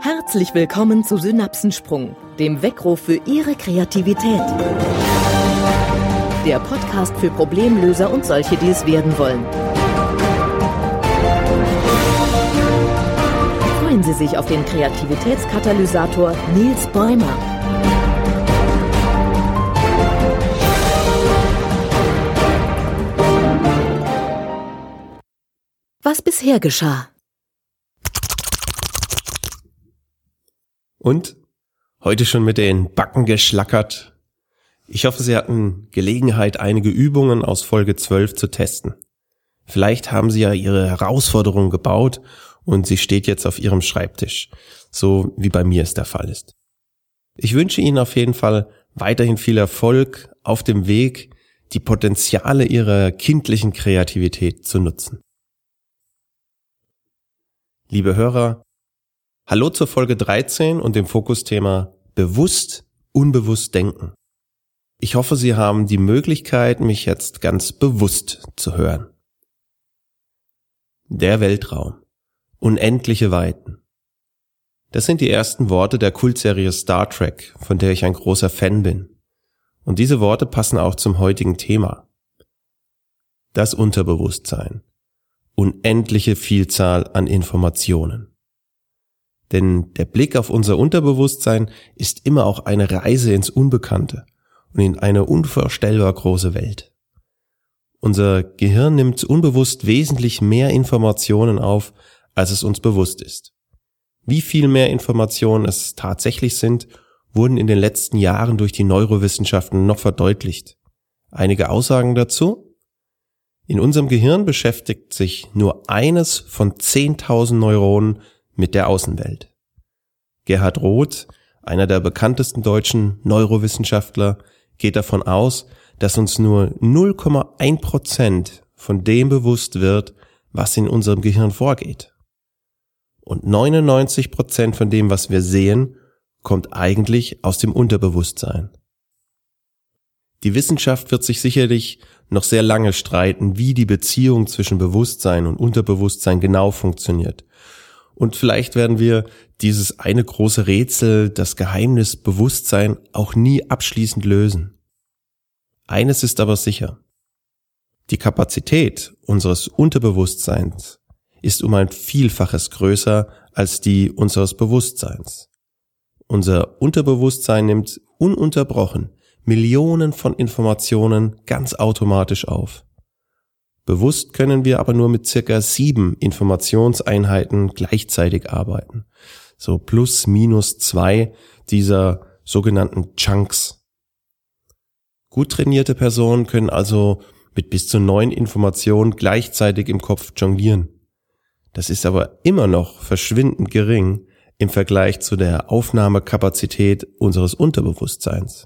Herzlich willkommen zu Synapsensprung, dem Weckruf für Ihre Kreativität. Der Podcast für Problemlöser und solche, die es werden wollen. Freuen Sie sich auf den Kreativitätskatalysator Niels Bäumer. Was bisher geschah. Und? Heute schon mit den Backen geschlackert? Ich hoffe, Sie hatten Gelegenheit, einige Übungen aus Folge 12 zu testen. Vielleicht haben Sie ja Ihre Herausforderung gebaut und sie steht jetzt auf Ihrem Schreibtisch, so wie bei mir es der Fall ist. Ich wünsche Ihnen auf jeden Fall weiterhin viel Erfolg auf dem Weg, die Potenziale Ihrer kindlichen Kreativität zu nutzen. Liebe Hörer, hallo zur Folge 13 und dem Fokusthema Bewusst, unbewusst denken. Ich hoffe, Sie haben die Möglichkeit, mich jetzt ganz bewusst zu hören. Der Weltraum. Unendliche Weiten. Das sind die ersten Worte der Kultserie Star Trek, von der ich ein großer Fan bin. Und diese Worte passen auch zum heutigen Thema. Das Unterbewusstsein. Unendliche Vielzahl an Informationen. Denn der Blick auf unser Unterbewusstsein ist immer auch eine Reise ins Unbekannte und in eine unvorstellbar große Welt. Unser Gehirn nimmt unbewusst wesentlich mehr Informationen auf, als es uns bewusst ist. Wie viel mehr Informationen es tatsächlich sind, wurden in den letzten Jahren durch die Neurowissenschaften noch verdeutlicht. Einige Aussagen dazu? In unserem Gehirn beschäftigt sich nur eines von 10.000 Neuronen mit der Außenwelt. Gerhard Roth, einer der bekanntesten deutschen Neurowissenschaftler, geht davon aus, dass uns nur 0,1% von dem bewusst wird, was in unserem Gehirn vorgeht. Und 99% von dem, was wir sehen, kommt eigentlich aus dem Unterbewusstsein. Die Wissenschaft wird sich sicherlich noch sehr lange streiten, wie die Beziehung zwischen Bewusstsein und Unterbewusstsein genau funktioniert. Und vielleicht werden wir dieses eine große Rätsel, das Geheimnis Bewusstsein, auch nie abschließend lösen. Eines ist aber sicher. Die Kapazität unseres Unterbewusstseins ist um ein Vielfaches größer als die unseres Bewusstseins. Unser Unterbewusstsein nimmt ununterbrochen Millionen von Informationen ganz automatisch auf. Bewusst können wir aber nur mit circa 7 Informationseinheiten gleichzeitig arbeiten. So plus minus 2 dieser sogenannten Chunks. Gut trainierte Personen können also mit bis zu 9 Informationen gleichzeitig im Kopf jonglieren. Das ist aber immer noch verschwindend gering im Vergleich zu der Aufnahmekapazität unseres Unterbewusstseins.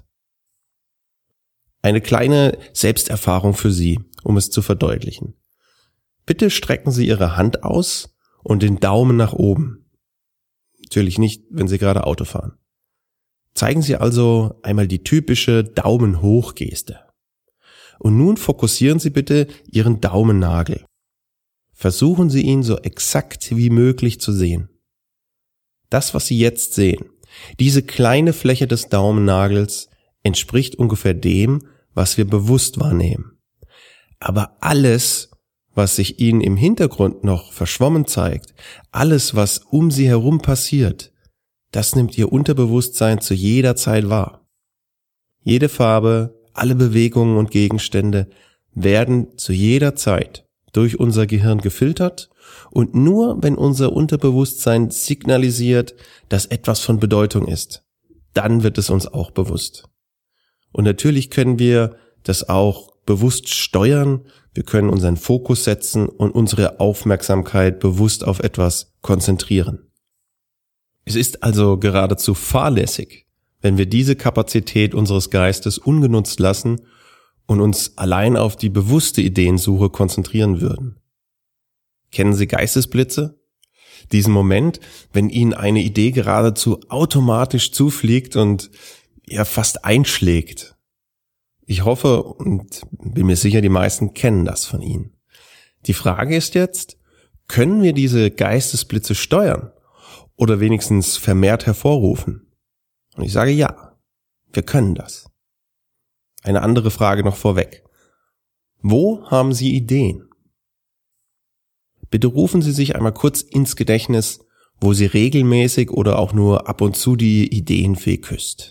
Eine kleine Selbsterfahrung für Sie, um es zu verdeutlichen. Bitte strecken Sie Ihre Hand aus und den Daumen nach oben. Natürlich nicht, wenn Sie gerade Auto fahren. Zeigen Sie also einmal die typische Daumen-hoch-Geste. Und nun fokussieren Sie bitte Ihren Daumennagel. Versuchen Sie ihn so exakt wie möglich zu sehen. Das, was Sie jetzt sehen, diese kleine Fläche des Daumennagels, entspricht ungefähr dem, was wir bewusst wahrnehmen. Aber alles, was sich Ihnen im Hintergrund noch verschwommen zeigt, alles, was um Sie herum passiert, das nimmt Ihr Unterbewusstsein zu jeder Zeit wahr. Jede Farbe, alle Bewegungen und Gegenstände werden zu jeder Zeit durch unser Gehirn gefiltert und nur wenn unser Unterbewusstsein signalisiert, dass etwas von Bedeutung ist, dann wird es uns auch bewusst. Und natürlich können wir das auch bewusst steuern, wir können unseren Fokus setzen und unsere Aufmerksamkeit bewusst auf etwas konzentrieren. Es ist also geradezu fahrlässig, wenn wir diese Kapazität unseres Geistes ungenutzt lassen und uns allein auf die bewusste Ideensuche konzentrieren würden. Kennen Sie Geistesblitze? Diesen Moment, wenn Ihnen eine Idee geradezu automatisch zufliegt und ja fast einschlägt. Ich hoffe und bin mir sicher, die meisten kennen das von Ihnen. Die Frage ist jetzt, können wir diese Geistesblitze steuern? oder wenigstens vermehrt hervorrufen? Und ich sage ja, wir können das. Eine andere Frage noch vorweg. Wo haben Sie Ideen? Bitte rufen Sie sich einmal kurz ins Gedächtnis, wo Sie regelmäßig oder auch nur ab und zu die Ideenfee küsst.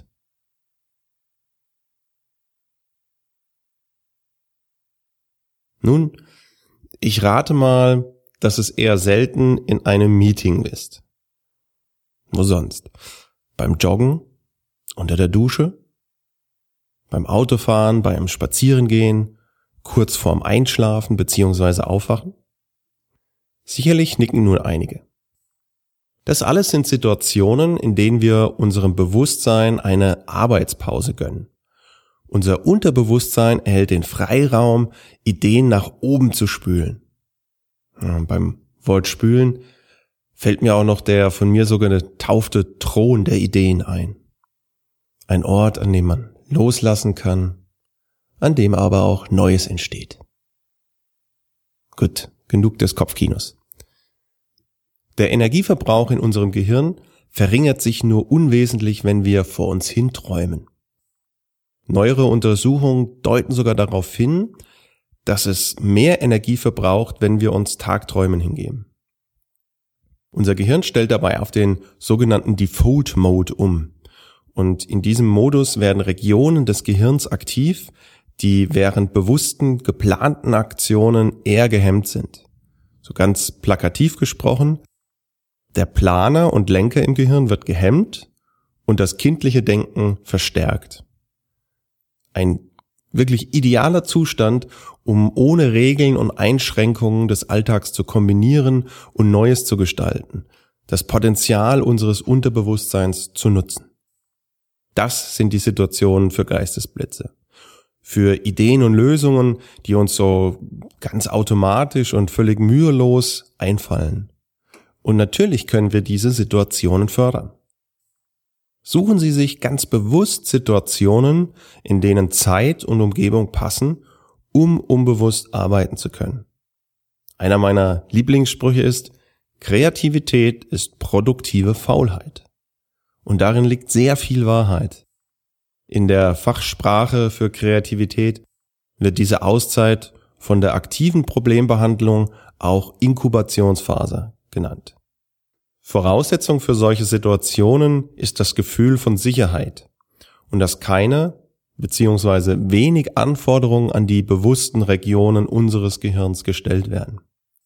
Nun, ich rate mal, dass es eher selten in einem Meeting ist. Wo sonst? Beim Joggen? Unter der Dusche? Beim Autofahren? Beim Spazierengehen? Kurz vorm Einschlafen bzw. Aufwachen? Sicherlich nicken nun einige. Das alles sind Situationen, in denen wir unserem Bewusstsein eine Arbeitspause gönnen. Unser Unterbewusstsein erhält den Freiraum, Ideen nach oben zu spülen. Beim Wort spülen fällt mir auch noch der von mir so getaufte Thron der Ideen ein. Ein Ort, an dem man loslassen kann, an dem aber auch Neues entsteht. Gut, genug des Kopfkinos. Der Energieverbrauch in unserem Gehirn verringert sich nur unwesentlich, wenn wir vor uns hin träumen. Neuere Untersuchungen deuten sogar darauf hin, dass es mehr Energie verbraucht, wenn wir uns Tagträumen hingeben. Unser Gehirn stellt dabei auf den sogenannten Default Mode um. Und in diesem Modus werden Regionen des Gehirns aktiv, die während bewussten, geplanten Aktionen eher gehemmt sind. So ganz plakativ gesprochen, der Planer und Lenker im Gehirn wird gehemmt und das kindliche Denken verstärkt. Ein wirklich idealer Zustand, um ohne Regeln und Einschränkungen des Alltags zu kombinieren und Neues zu gestalten, das Potenzial unseres Unterbewusstseins zu nutzen. Das sind die Situationen für Geistesblitze. Für Ideen und Lösungen, die uns so ganz automatisch und völlig mühelos einfallen. Und natürlich können wir diese Situationen fördern. Suchen Sie sich ganz bewusst Situationen, in denen Zeit und Umgebung passen, um unbewusst arbeiten zu können. Einer meiner Lieblingssprüche ist: Kreativität ist produktive Faulheit. Und darin liegt sehr viel Wahrheit. In der Fachsprache für Kreativität wird diese Auszeit von der aktiven Problembehandlung auch Inkubationsphase genannt. Voraussetzung für solche Situationen ist das Gefühl von Sicherheit und dass keine bzw. wenig Anforderungen an die bewussten Regionen unseres Gehirns gestellt werden.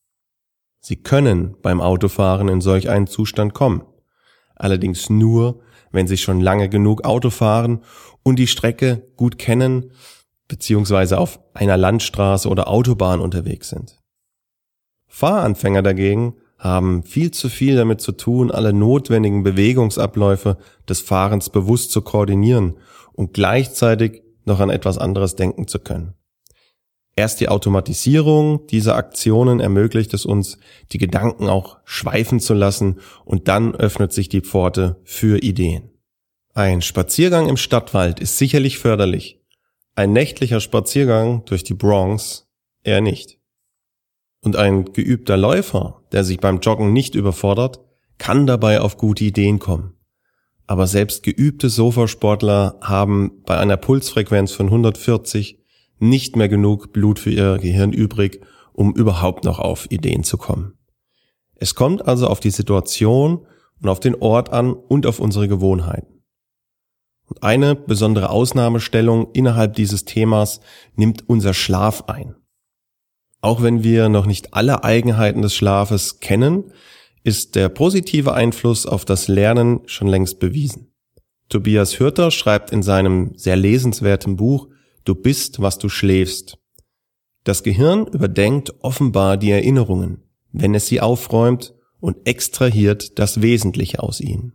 Sie können beim Autofahren in solch einen Zustand kommen, allerdings nur, wenn Sie schon lange genug Auto fahren und die Strecke gut kennen bzw. auf einer Landstraße oder Autobahn unterwegs sind. Fahranfänger dagegen haben viel zu viel damit zu tun, alle notwendigen Bewegungsabläufe des Fahrens bewusst zu koordinieren und gleichzeitig noch an etwas anderes denken zu können. Erst die Automatisierung dieser Aktionen ermöglicht es uns, die Gedanken auch schweifen zu lassen, und dann öffnet sich die Pforte für Ideen. Ein Spaziergang im Stadtwald ist sicherlich förderlich, ein nächtlicher Spaziergang durch die Bronx eher nicht. Und ein geübter Läufer, der sich beim Joggen nicht überfordert, kann dabei auf gute Ideen kommen. Aber selbst geübte Sofasportler haben bei einer Pulsfrequenz von 140 nicht mehr genug Blut für ihr Gehirn übrig, um überhaupt noch auf Ideen zu kommen. Es kommt also auf die Situation und auf den Ort an und auf unsere Gewohnheiten. Und eine besondere Ausnahmestellung innerhalb dieses Themas nimmt unser Schlaf ein. Auch wenn wir noch nicht alle Eigenheiten des Schlafes kennen, ist der positive Einfluss auf das Lernen schon längst bewiesen. Tobias Hürter schreibt in seinem sehr lesenswerten Buch »Du bist, was du schläfst«: Das Gehirn überdenkt offenbar die Erinnerungen, wenn es sie aufräumt, und extrahiert das Wesentliche aus ihnen.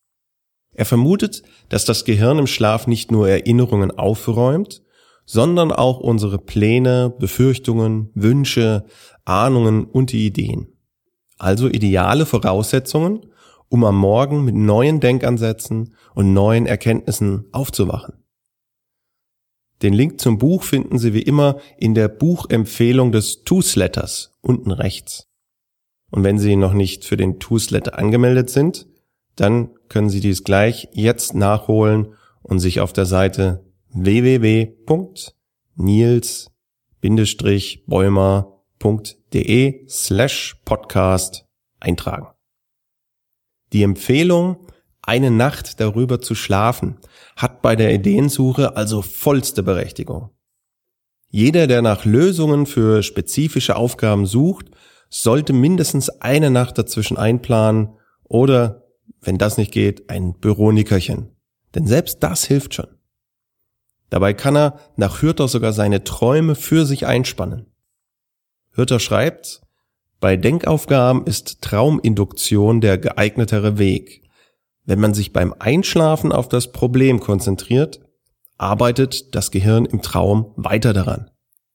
Er vermutet, dass das Gehirn im Schlaf nicht nur Erinnerungen aufräumt, sondern auch unsere Pläne, Befürchtungen, Wünsche, Ahnungen und die Ideen. Also ideale Voraussetzungen, um am Morgen mit neuen Denkansätzen und neuen Erkenntnissen aufzuwachen. Den Link zum Buch finden Sie wie immer in der Buchempfehlung des Newsletters unten rechts. Und wenn Sie noch nicht für den Newsletter angemeldet sind, dann können Sie dies gleich jetzt nachholen und sich auf der Seite www.nils-bäumer.de/podcast eintragen. Die Empfehlung, eine Nacht darüber zu schlafen, hat bei der Ideensuche also vollste Berechtigung. Jeder, der nach Lösungen für spezifische Aufgaben sucht, sollte mindestens eine Nacht dazwischen einplanen oder, wenn das nicht geht, ein Büronickerchen. Denn selbst das hilft schon. Dabei kann er nach Hürter sogar seine Träume für sich einspannen. Hürter schreibt, bei Denkaufgaben ist Trauminduktion der geeignetere Weg. Wenn man sich beim Einschlafen auf das Problem konzentriert, arbeitet das Gehirn im Traum weiter daran.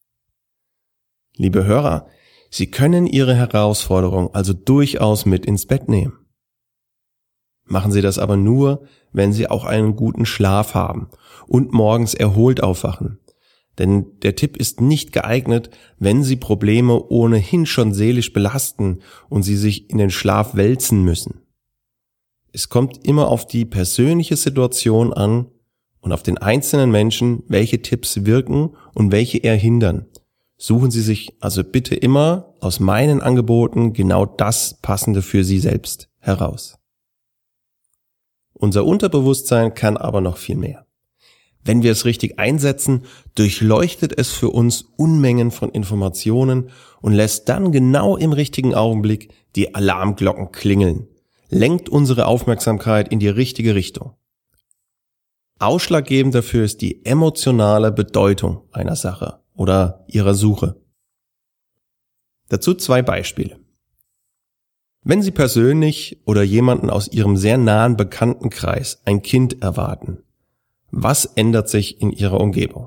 Liebe Hörer, Sie können Ihre Herausforderung also durchaus mit ins Bett nehmen. Machen Sie das aber nur, wenn Sie auch einen guten Schlaf haben und morgens erholt aufwachen. Denn der Tipp ist nicht geeignet, wenn Sie Probleme ohnehin schon seelisch belasten und Sie sich in den Schlaf wälzen müssen. Es kommt immer auf die persönliche Situation an und auf den einzelnen Menschen, welche Tipps wirken und welche eher hindern. Suchen Sie sich also bitte immer aus meinen Angeboten genau das Passende für Sie selbst heraus. Unser Unterbewusstsein kann aber noch viel mehr. Wenn wir es richtig einsetzen, durchleuchtet es für uns Unmengen von Informationen und lässt dann genau im richtigen Augenblick die Alarmglocken klingeln, lenkt unsere Aufmerksamkeit in die richtige Richtung. Ausschlaggebend dafür ist die emotionale Bedeutung einer Sache oder ihrer Suche. Dazu 2 Beispiele. Wenn Sie persönlich oder jemanden aus Ihrem sehr nahen Bekanntenkreis ein Kind erwarten, was ändert sich in Ihrer Umgebung?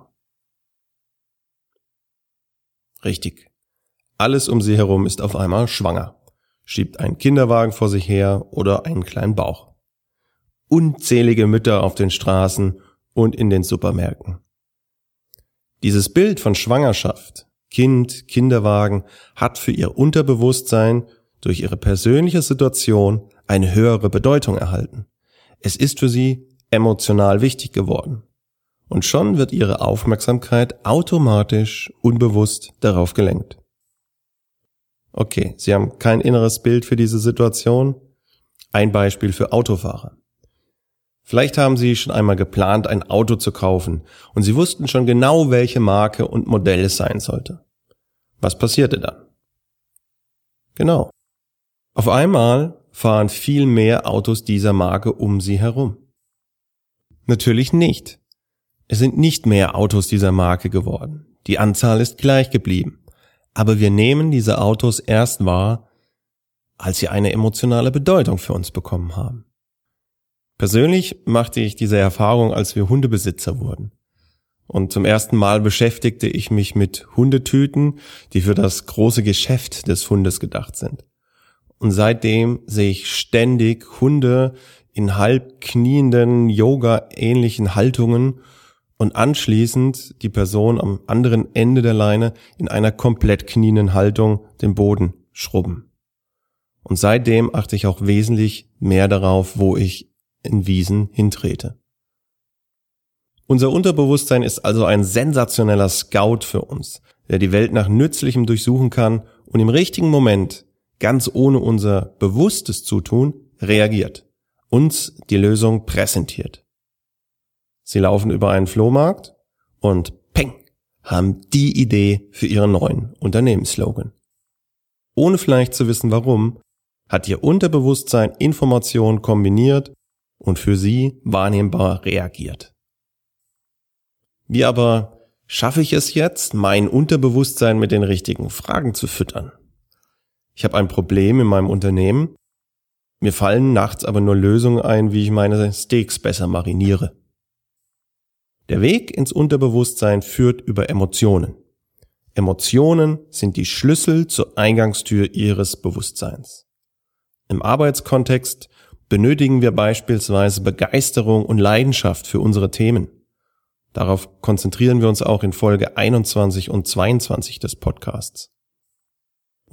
Richtig. Alles um Sie herum ist auf einmal schwanger, schiebt einen Kinderwagen vor sich her oder einen kleinen Bauch. Unzählige Mütter auf den Straßen und in den Supermärkten. Dieses Bild von Schwangerschaft, Kind, Kinderwagen hat für Ihr Unterbewusstsein durch Ihre persönliche Situation eine höhere Bedeutung erhalten. Es ist für Sie emotional wichtig geworden. Und schon wird Ihre Aufmerksamkeit automatisch, unbewusst darauf gelenkt. Okay, Sie haben kein inneres Bild für diese Situation? Ein Beispiel für Autofahrer. Vielleicht haben Sie schon einmal geplant, ein Auto zu kaufen und Sie wussten schon genau, welche Marke und Modell es sein sollte. Was passierte dann? Genau. Auf einmal fahren viel mehr Autos dieser Marke um Sie herum. Natürlich nicht. Es sind nicht mehr Autos dieser Marke geworden. Die Anzahl ist gleich geblieben. Aber wir nehmen diese Autos erst wahr, als sie eine emotionale Bedeutung für uns bekommen haben. Persönlich machte ich diese Erfahrung, als wir Hundebesitzer wurden. Und zum ersten Mal beschäftigte ich mich mit Hundetüten, die für das große Geschäft des Hundes gedacht sind. Und seitdem sehe ich ständig Hunde in halb knienden, Yoga-ähnlichen Haltungen und anschließend die Person am anderen Ende der Leine in einer komplett knienden Haltung den Boden schrubben. Und seitdem achte ich auch wesentlich mehr darauf, wo ich in Wiesen hintrete. Unser Unterbewusstsein ist also ein sensationeller Scout für uns, der die Welt nach Nützlichem durchsuchen kann und im richtigen Moment, ganz ohne unser bewusstes Zutun, reagiert, uns die Lösung präsentiert. Sie laufen über einen Flohmarkt und peng, haben die Idee für ihren neuen Unternehmensslogan. Ohne vielleicht zu wissen warum, hat ihr Unterbewusstsein Informationen kombiniert und für sie wahrnehmbar reagiert. Wie aber schaffe ich es jetzt, mein Unterbewusstsein mit den richtigen Fragen zu füttern? Ich habe ein Problem in meinem Unternehmen. Mir fallen nachts aber nur Lösungen ein, wie ich meine Steaks besser mariniere. Der Weg ins Unterbewusstsein führt über Emotionen. Emotionen sind die Schlüssel zur Eingangstür Ihres Bewusstseins. Im Arbeitskontext benötigen wir beispielsweise Begeisterung und Leidenschaft für unsere Themen. Darauf konzentrieren wir uns auch in Folge 21 und 22 des Podcasts.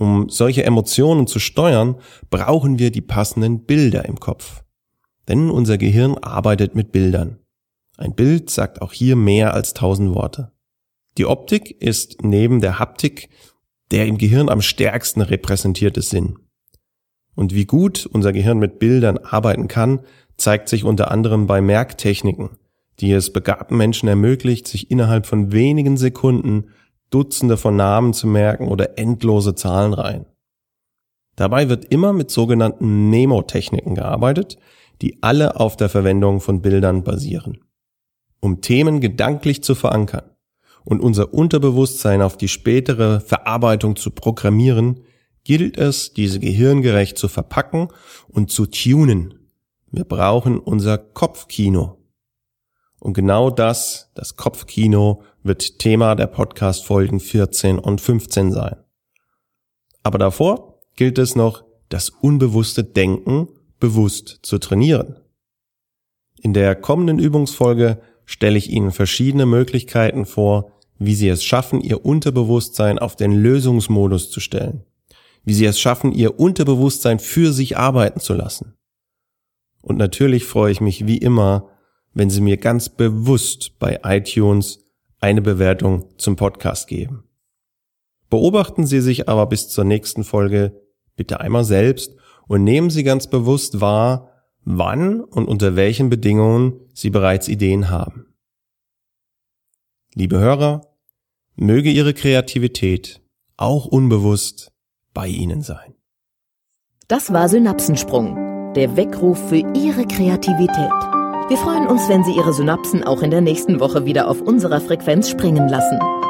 Um solche Emotionen zu steuern, brauchen wir die passenden Bilder im Kopf. Denn unser Gehirn arbeitet mit Bildern. Ein Bild sagt auch hier mehr als 1000 Worte. Die Optik ist neben der Haptik der im Gehirn am stärksten repräsentierte Sinn. Und wie gut unser Gehirn mit Bildern arbeiten kann, zeigt sich unter anderem bei Merktechniken, die es begabten Menschen ermöglicht, sich innerhalb von wenigen Sekunden Dutzende von Namen zu merken oder endlose Zahlenreihen. Dabei wird immer mit sogenannten Mnemotechniken gearbeitet, die alle auf der Verwendung von Bildern basieren. Um Themen gedanklich zu verankern und unser Unterbewusstsein auf die spätere Verarbeitung zu programmieren, gilt es, diese gehirngerecht zu verpacken und zu tunen. Wir brauchen unser Kopfkino. Und genau das Kopfkino, wird Thema der Podcast-Folgen 14 und 15 sein. Aber davor gilt es noch, das unbewusste Denken bewusst zu trainieren. In der kommenden Übungsfolge stelle ich Ihnen verschiedene Möglichkeiten vor, wie Sie es schaffen, Ihr Unterbewusstsein auf den Lösungsmodus zu stellen. Wie Sie es schaffen, Ihr Unterbewusstsein für sich arbeiten zu lassen. Und natürlich freue ich mich wie immer, wenn Sie mir ganz bewusst bei iTunes eine Bewertung zum Podcast geben. Beobachten Sie sich aber bis zur nächsten Folge bitte einmal selbst und nehmen Sie ganz bewusst wahr, wann und unter welchen Bedingungen Sie bereits Ideen haben. Liebe Hörer, möge Ihre Kreativität auch unbewusst bei Ihnen sein. Das war Synapsensprung, der Weckruf für Ihre Kreativität. Wir freuen uns, wenn Sie Ihre Synapsen auch in der nächsten Woche wieder auf unserer Frequenz springen lassen.